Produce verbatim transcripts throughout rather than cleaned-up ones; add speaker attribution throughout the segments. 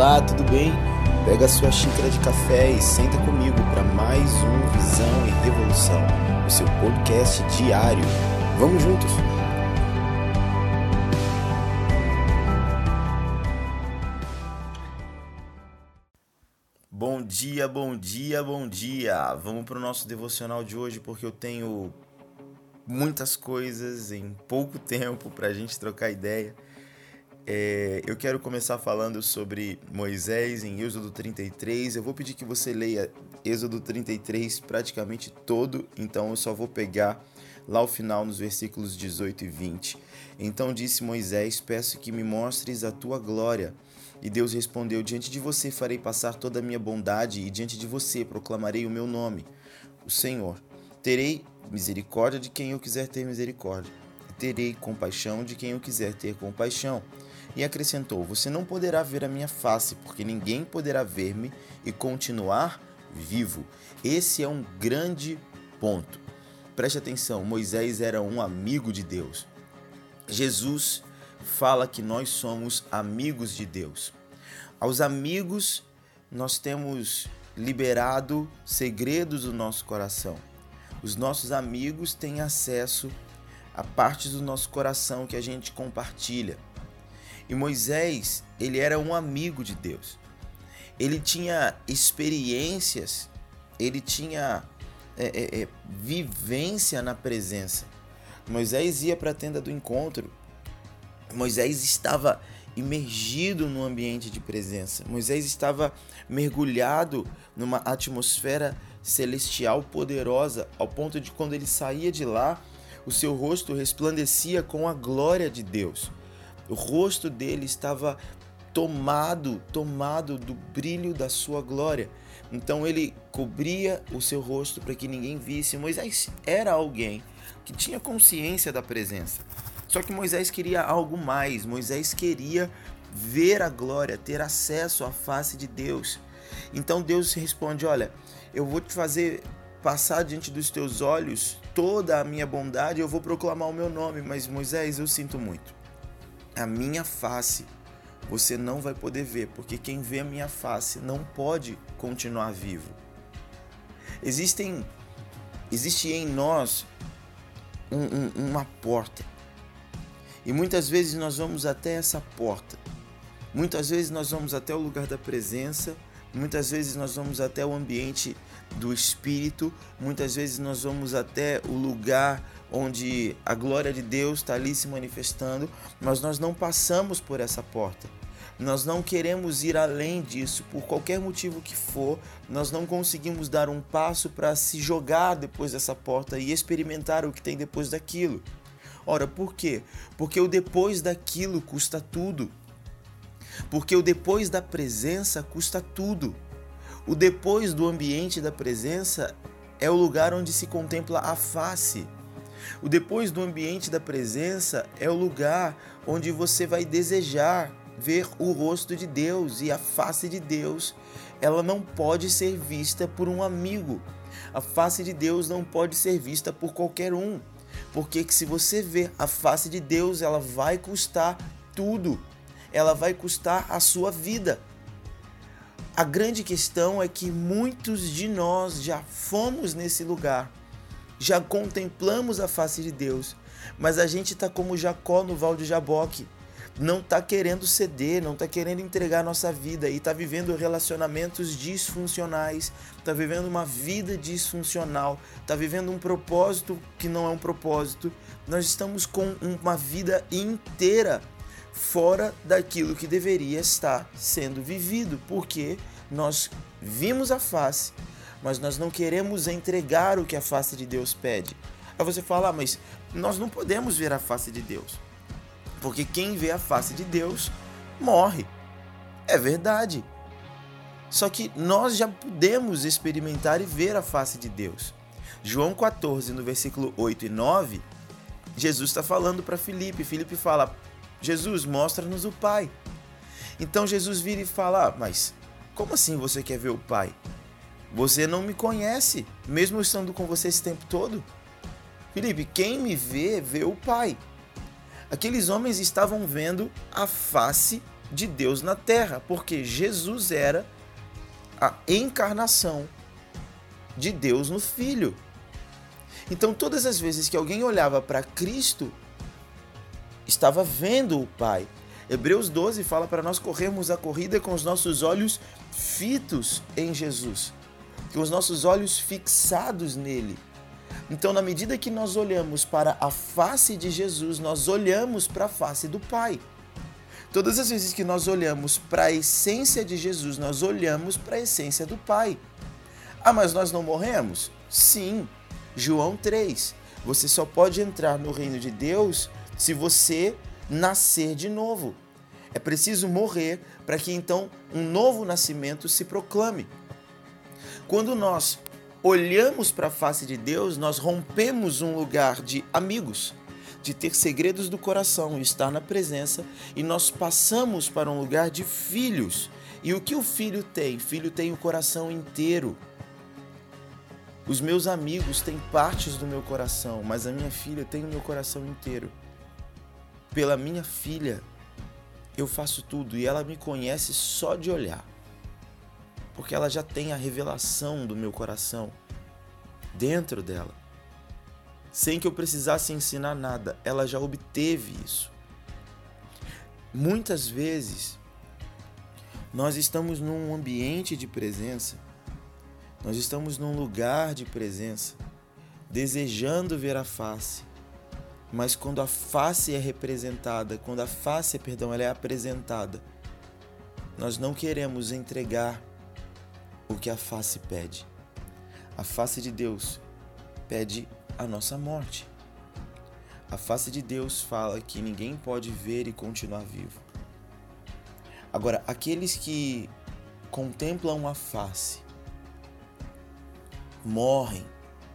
Speaker 1: Olá, tudo bem? Pega a sua xícara de café e senta comigo para mais um Visão e Revolução, o seu podcast diário. Vamos juntos? Bom dia, bom dia, bom dia! Vamos para o nosso devocional de hoje porque eu tenho muitas coisas em pouco tempo para a gente trocar ideia. É, eu quero começar falando sobre Moisés em Êxodo trinta e três. Eu vou pedir que você leia Êxodo trinta e três praticamente todo, então eu só vou pegar lá ao final nos versículos dezoito e vinte. Então disse Moisés: peço que me mostres a tua glória. E Deus respondeu: diante de você farei passar toda a minha bondade e diante de você proclamarei o meu nome, o Senhor. Terei misericórdia de quem eu quiser ter misericórdia, e terei compaixão de quem eu quiser ter compaixão. E acrescentou: você não poderá ver a minha face, porque ninguém poderá ver-me e continuar vivo. Esse é um grande ponto. Preste atenção, Moisés era um amigo de Deus. Jesus fala que nós somos amigos de Deus. Aos amigos, nós temos liberado segredos do nosso coração. Os nossos amigos têm acesso a partes do nosso coração que a gente compartilha. E Moisés, ele era um amigo de Deus. Ele tinha experiências, ele tinha é, é, é, vivência na presença. Moisés ia para a tenda do encontro. Moisés estava imergido no ambiente de presença. Moisés estava mergulhado numa atmosfera celestial poderosa, ao ponto de quando ele saía de lá, o seu rosto resplandecia com a glória de Deus. O rosto dele estava tomado, tomado do brilho da sua glória. Então ele cobria o seu rosto para que ninguém visse. Moisés era alguém que tinha consciência da presença. Só que Moisés queria algo mais. Moisés queria ver a glória, ter acesso à face de Deus. Então Deus responde: olha, eu vou te fazer passar diante dos teus olhos toda a minha bondade, eu vou proclamar o meu nome. Mas Moisés, eu sinto muito. A minha face você não vai poder ver, porque quem vê a minha face não pode continuar vivo. Existem, existe em nós um, um, uma porta. E muitas vezes nós vamos até essa porta. Muitas vezes nós vamos até o lugar da presença. Muitas vezes nós vamos até o ambiente do Espírito. Muitas vezes nós vamos até o lugar onde a glória de Deus está ali se manifestando, mas nós não passamos por essa porta. Nós não queremos ir além disso, por qualquer motivo que for, nós não conseguimos dar um passo para se jogar depois dessa porta e experimentar o que tem depois daquilo. Ora, por quê? Porque o depois daquilo custa tudo. Porque o depois da presença custa tudo. O depois do ambiente da presença é o lugar onde se contempla a face. O depois do ambiente da presença é o lugar onde você vai desejar ver o rosto de Deus, e a face de Deus, ela não pode ser vista por um amigo. A face de Deus não pode ser vista por qualquer um, porque se você ver a face de Deus, ela vai custar tudo. Ela vai custar a sua vida. A grande questão é que muitos de nós já fomos nesse lugar. Já contemplamos a face de Deus, mas a gente está como Jacó no Val de Jaboque, não está querendo ceder, não está querendo entregar a nossa vida e está vivendo relacionamentos disfuncionais, está vivendo uma vida disfuncional, está vivendo um propósito que não é um propósito. Nós estamos com uma vida inteira fora daquilo que deveria estar sendo vivido, porque nós vimos a face, mas nós não queremos entregar o que a face de Deus pede. Aí você fala: ah, mas nós não podemos ver a face de Deus, porque quem vê a face de Deus morre. É verdade. Só que nós já podemos experimentar e ver a face de Deus. João quatorze, no versículo oito e nove, Jesus está falando para Filipe. Filipe fala: Jesus, mostra-nos o Pai. Então Jesus vira e fala: ah, mas como assim você quer ver o Pai? Você não me conhece, mesmo eu estando com você esse tempo todo. Filipe, quem me vê, vê o Pai. Aqueles homens estavam vendo a face de Deus na terra, porque Jesus era a encarnação de Deus no Filho. Então, todas as vezes que alguém olhava para Cristo, estava vendo o Pai. Hebreus doze fala para nós corrermos a corrida com os nossos olhos fitos em Jesus, com os nossos olhos fixados nele. Então, na medida que nós olhamos para a face de Jesus, nós olhamos para a face do Pai. Todas as vezes que nós olhamos para a essência de Jesus, nós olhamos para a essência do Pai. Ah, mas nós não morremos? Sim. João três. Você só pode entrar no reino de Deus se você nascer de novo. É preciso morrer para que então um novo nascimento se proclame. Quando nós olhamos para a face de Deus, nós rompemos um lugar de amigos, de ter segredos do coração e estar na presença, e nós passamos para um lugar de filhos. E o que o filho tem? Filho tem o coração inteiro. Os meus amigos têm partes do meu coração, mas a minha filha tem o meu coração inteiro. Pela minha filha, eu faço tudo e ela me conhece só de olhar. Porque ela já tem a revelação do meu coração dentro dela. Sem que eu precisasse ensinar nada, ela já obteve isso. Muitas vezes, nós estamos num ambiente de presença, nós estamos num lugar de presença, desejando ver a face, mas quando a face é representada, quando a face, perdão, ela é apresentada, nós não queremos entregar o que a face pede. A face de Deus pede a nossa morte. A face de Deus fala que ninguém pode ver e continuar vivo. Agora, aqueles que contemplam a face, morrem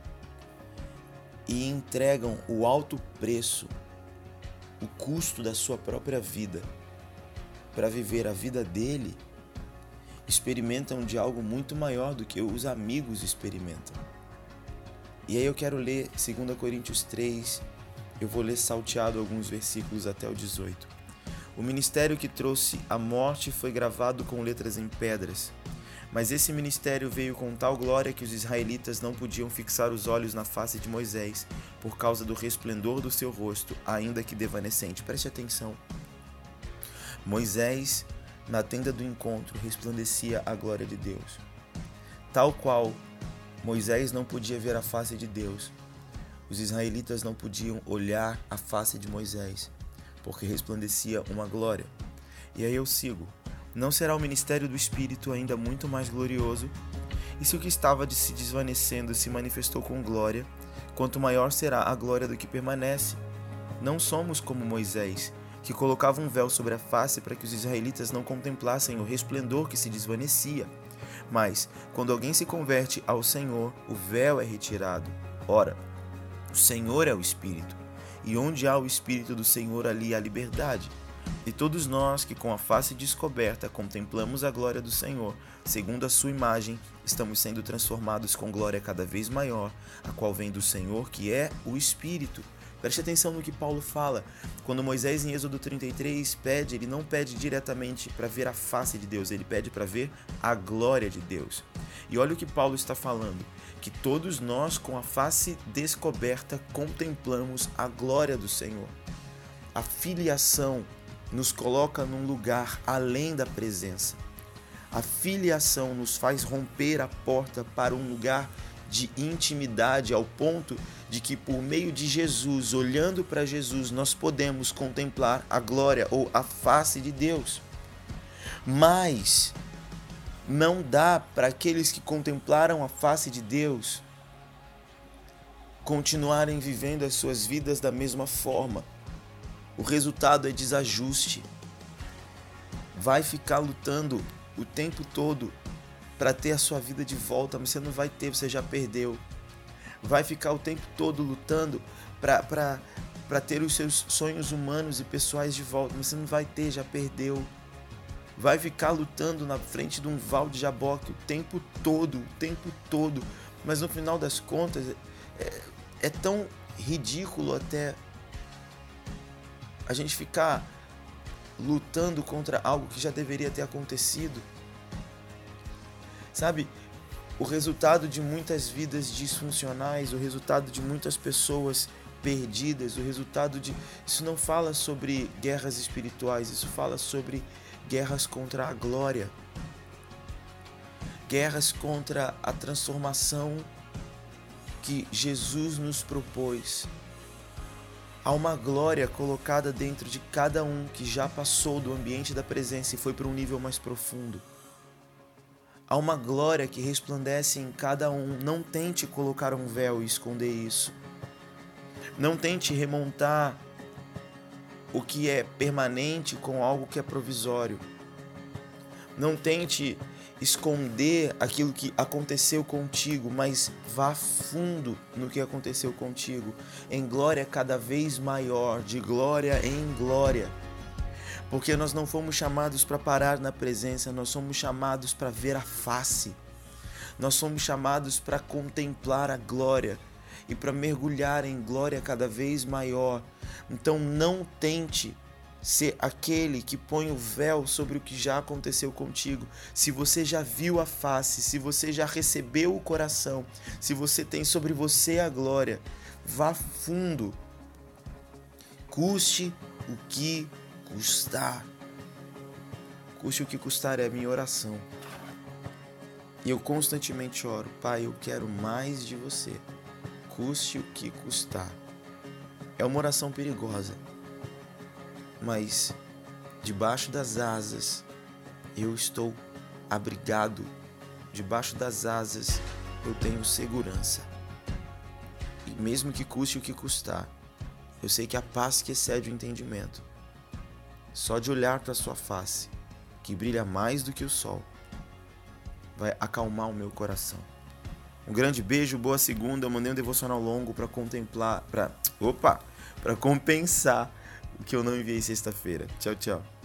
Speaker 1: e entregam o alto preço, o custo da sua própria vida para viver a vida dele, experimentam de algo muito maior do que os amigos experimentam. E aí eu quero ler dois Coríntios três, eu vou ler salteado alguns versículos até o dezoito. O ministério que trouxe a morte foi gravado com letras em pedras, mas esse ministério veio com tal glória que os israelitas não podiam fixar os olhos na face de Moisés por causa do resplendor do seu rosto, ainda que devanecente. Preste atenção. Moisés, na tenda do encontro, resplandecia a glória de Deus. Tal qual Moisés não podia ver a face de Deus, os israelitas não podiam olhar a face de Moisés, porque resplandecia uma glória. E aí eu sigo. Não será o ministério do Espírito ainda muito mais glorioso? E se o que estava de se desvanecendo se manifestou com glória, quanto maior será a glória do que permanece? Não somos como Moisés, que colocava um véu sobre a face para que os israelitas não contemplassem o resplendor que se desvanecia. Mas, quando alguém se converte ao Senhor, o véu é retirado. Ora, o Senhor é o Espírito, e onde há o Espírito do Senhor, ali há liberdade. E todos nós que com a face descoberta contemplamos a glória do Senhor, segundo a sua imagem, estamos sendo transformados com glória cada vez maior, a qual vem do Senhor, que é o Espírito. Preste atenção no que Paulo fala. Quando Moisés, em Êxodo trinta e três, pede, ele não pede diretamente para ver a face de Deus, ele pede para ver a glória de Deus. E olha o que Paulo está falando, que todos nós, com a face descoberta, contemplamos a glória do Senhor. A filiação nos coloca num lugar além da presença. A filiação nos faz romper a porta para um lugar de intimidade, ao ponto de que por meio de Jesus, olhando para Jesus, nós podemos contemplar a glória ou a face de Deus. Mas não dá para aqueles que contemplaram a face de Deus continuarem vivendo as suas vidas da mesma forma. O resultado é desajuste. Vai ficar lutando o tempo todo para ter a sua vida de volta, mas você não vai ter, você já perdeu. Vai ficar o tempo todo lutando para ter os seus sonhos humanos e pessoais de volta, mas você não vai ter, já perdeu. Vai ficar lutando na frente de um val de Jaboque o tempo todo, o tempo todo, mas no final das contas é, é tão ridículo até a gente ficar lutando contra algo que já deveria ter acontecido. Sabe, o resultado de muitas vidas disfuncionais, o resultado de muitas pessoas perdidas, o resultado de... Isso não fala sobre guerras espirituais, isso fala sobre guerras contra a glória. Guerras contra a transformação que Jesus nos propôs. Há uma glória colocada dentro de cada um que já passou do ambiente da presença e foi para um nível mais profundo. Há uma glória que resplandece em cada um. Não tente colocar um véu e esconder isso. Não tente remontar o que é permanente com algo que é provisório. Não tente esconder aquilo que aconteceu contigo, mas vá fundo no que aconteceu contigo, em glória cada vez maior, de glória em glória. Porque nós não fomos chamados para parar na presença, nós somos chamados para ver a face. Nós somos chamados para contemplar a glória e para mergulhar em glória cada vez maior. Então não tente ser aquele que põe o véu sobre o que já aconteceu contigo. Se você já viu a face, se você já recebeu o coração, se você tem sobre você a glória, vá fundo. Custe o que custar. Custe o que custar é a minha oração. E eu constantemente oro: Pai, eu quero mais de você. Custe o que custar. É uma oração perigosa, mas debaixo das asas eu estou abrigado. Debaixo das asas eu tenho segurança. E mesmo que custe o que custar, eu sei que a paz que excede o entendimento, só de olhar para a sua face, que brilha mais do que o sol, vai acalmar o meu coração. Um grande beijo, boa segunda. Eu mandei um devocional longo para contemplar, para, opa, para compensar o que eu não enviei sexta-feira. Tchau, tchau.